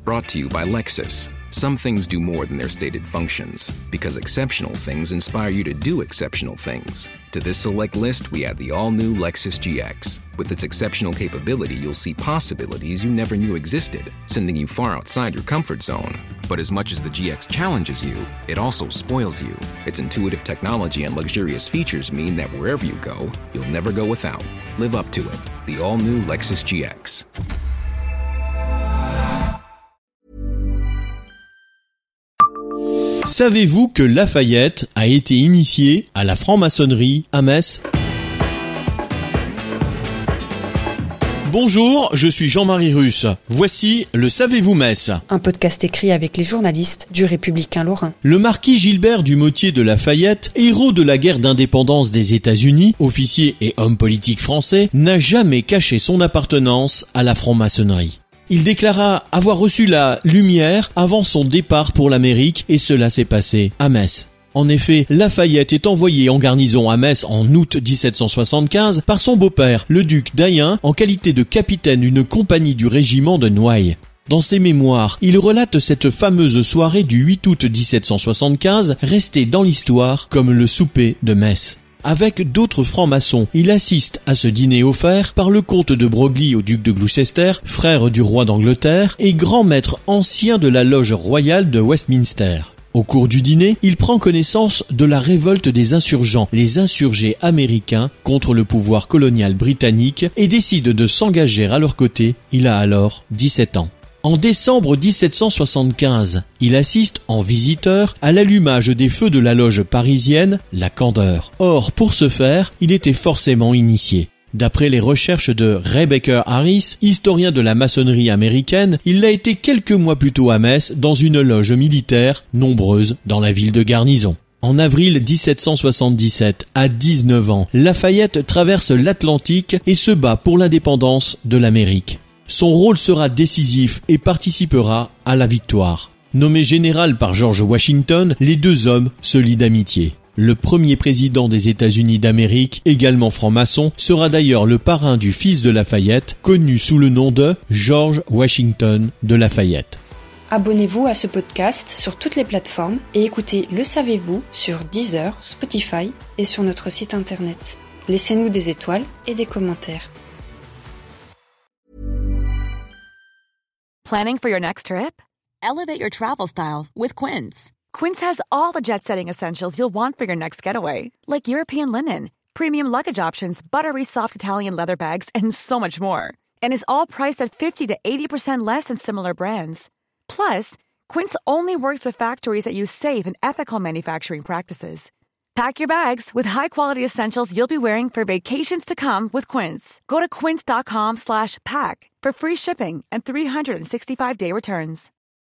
Brought to you by Lexus. Some things do more than their stated functions, because exceptional things inspire you to do exceptional things. To this select list, we add the all-new Lexus GX. With its exceptional capability, you'll see possibilities you never knew existed, sending you far outside your comfort zone. But as much as the GX challenges you, it also spoils you. Its intuitive technology and luxurious features mean that wherever you go, you'll never go without. Live up to it. The all-new Lexus GX. Savez-vous que Lafayette a été initié à la franc-maçonnerie à Metz ? Bonjour, je suis Jean-Marie Russe. Voici le Savez-vous Metz ? Un podcast écrit avec les journalistes du Républicain Lorrain. Le marquis Gilbert du Motier de Lafayette, héros de la guerre d'indépendance des États-Unis, officier et homme politique français, n'a jamais caché son appartenance à la franc-maçonnerie. Il déclara avoir reçu la lumière avant son départ pour l'Amérique et cela s'est passé à Metz. En effet, Lafayette est envoyé en garnison à Metz en août 1775 par son beau-père, le duc d'Ayen, en qualité de capitaine d'une compagnie du régiment de Noailles. Dans ses mémoires, il relate cette fameuse soirée du 8 août 1775, restée dans l'histoire comme le souper de Metz. Avec d'autres francs-maçons, il assiste à ce dîner offert par le comte de Broglie au duc de Gloucester, frère du roi d'Angleterre et grand maître ancien de la loge royale de Westminster. Au cours du dîner, il prend connaissance de la révolte des insurgents, les insurgés américains, contre le pouvoir colonial britannique et décide de s'engager à leur côté. Il a alors 17 ans. En décembre 1775, il assiste en visiteur à l'allumage des feux de la loge parisienne, la Candeur. Or, pour ce faire, il était forcément initié. D'après les recherches de Ray Baker Harris, historien de la maçonnerie américaine, il l'a été quelques mois plus tôt à Metz dans une loge militaire, nombreuse dans la ville de garnison. En avril 1777, à 19 ans, Lafayette traverse l'Atlantique et se bat pour l'indépendance de l'Amérique. Son rôle sera décisif et participera à la victoire. Nommé général par George Washington, les deux hommes se lient d'amitié. Le premier président des États-Unis d'Amérique, également franc-maçon, sera d'ailleurs le parrain du fils de Lafayette, connu sous le nom de George Washington de Lafayette. Abonnez-vous à ce podcast sur toutes les plateformes et écoutez Le Savez-vous sur Deezer, Spotify et sur notre site internet. Laissez-nous des étoiles et des commentaires. Planning for your next trip? Elevate your travel style with Quince. Quince has all the jet-setting essentials you'll want for your next getaway, like European linen, premium luggage options, buttery soft Italian leather bags, and so much more. And is all priced at 50 to 80% less than similar brands. Plus, Quince only works with factories that use safe and ethical manufacturing practices. Pack your bags with high-quality essentials you'll be wearing for vacations to come with Quince. Go to quince.com/pack for free shipping and 365-day returns.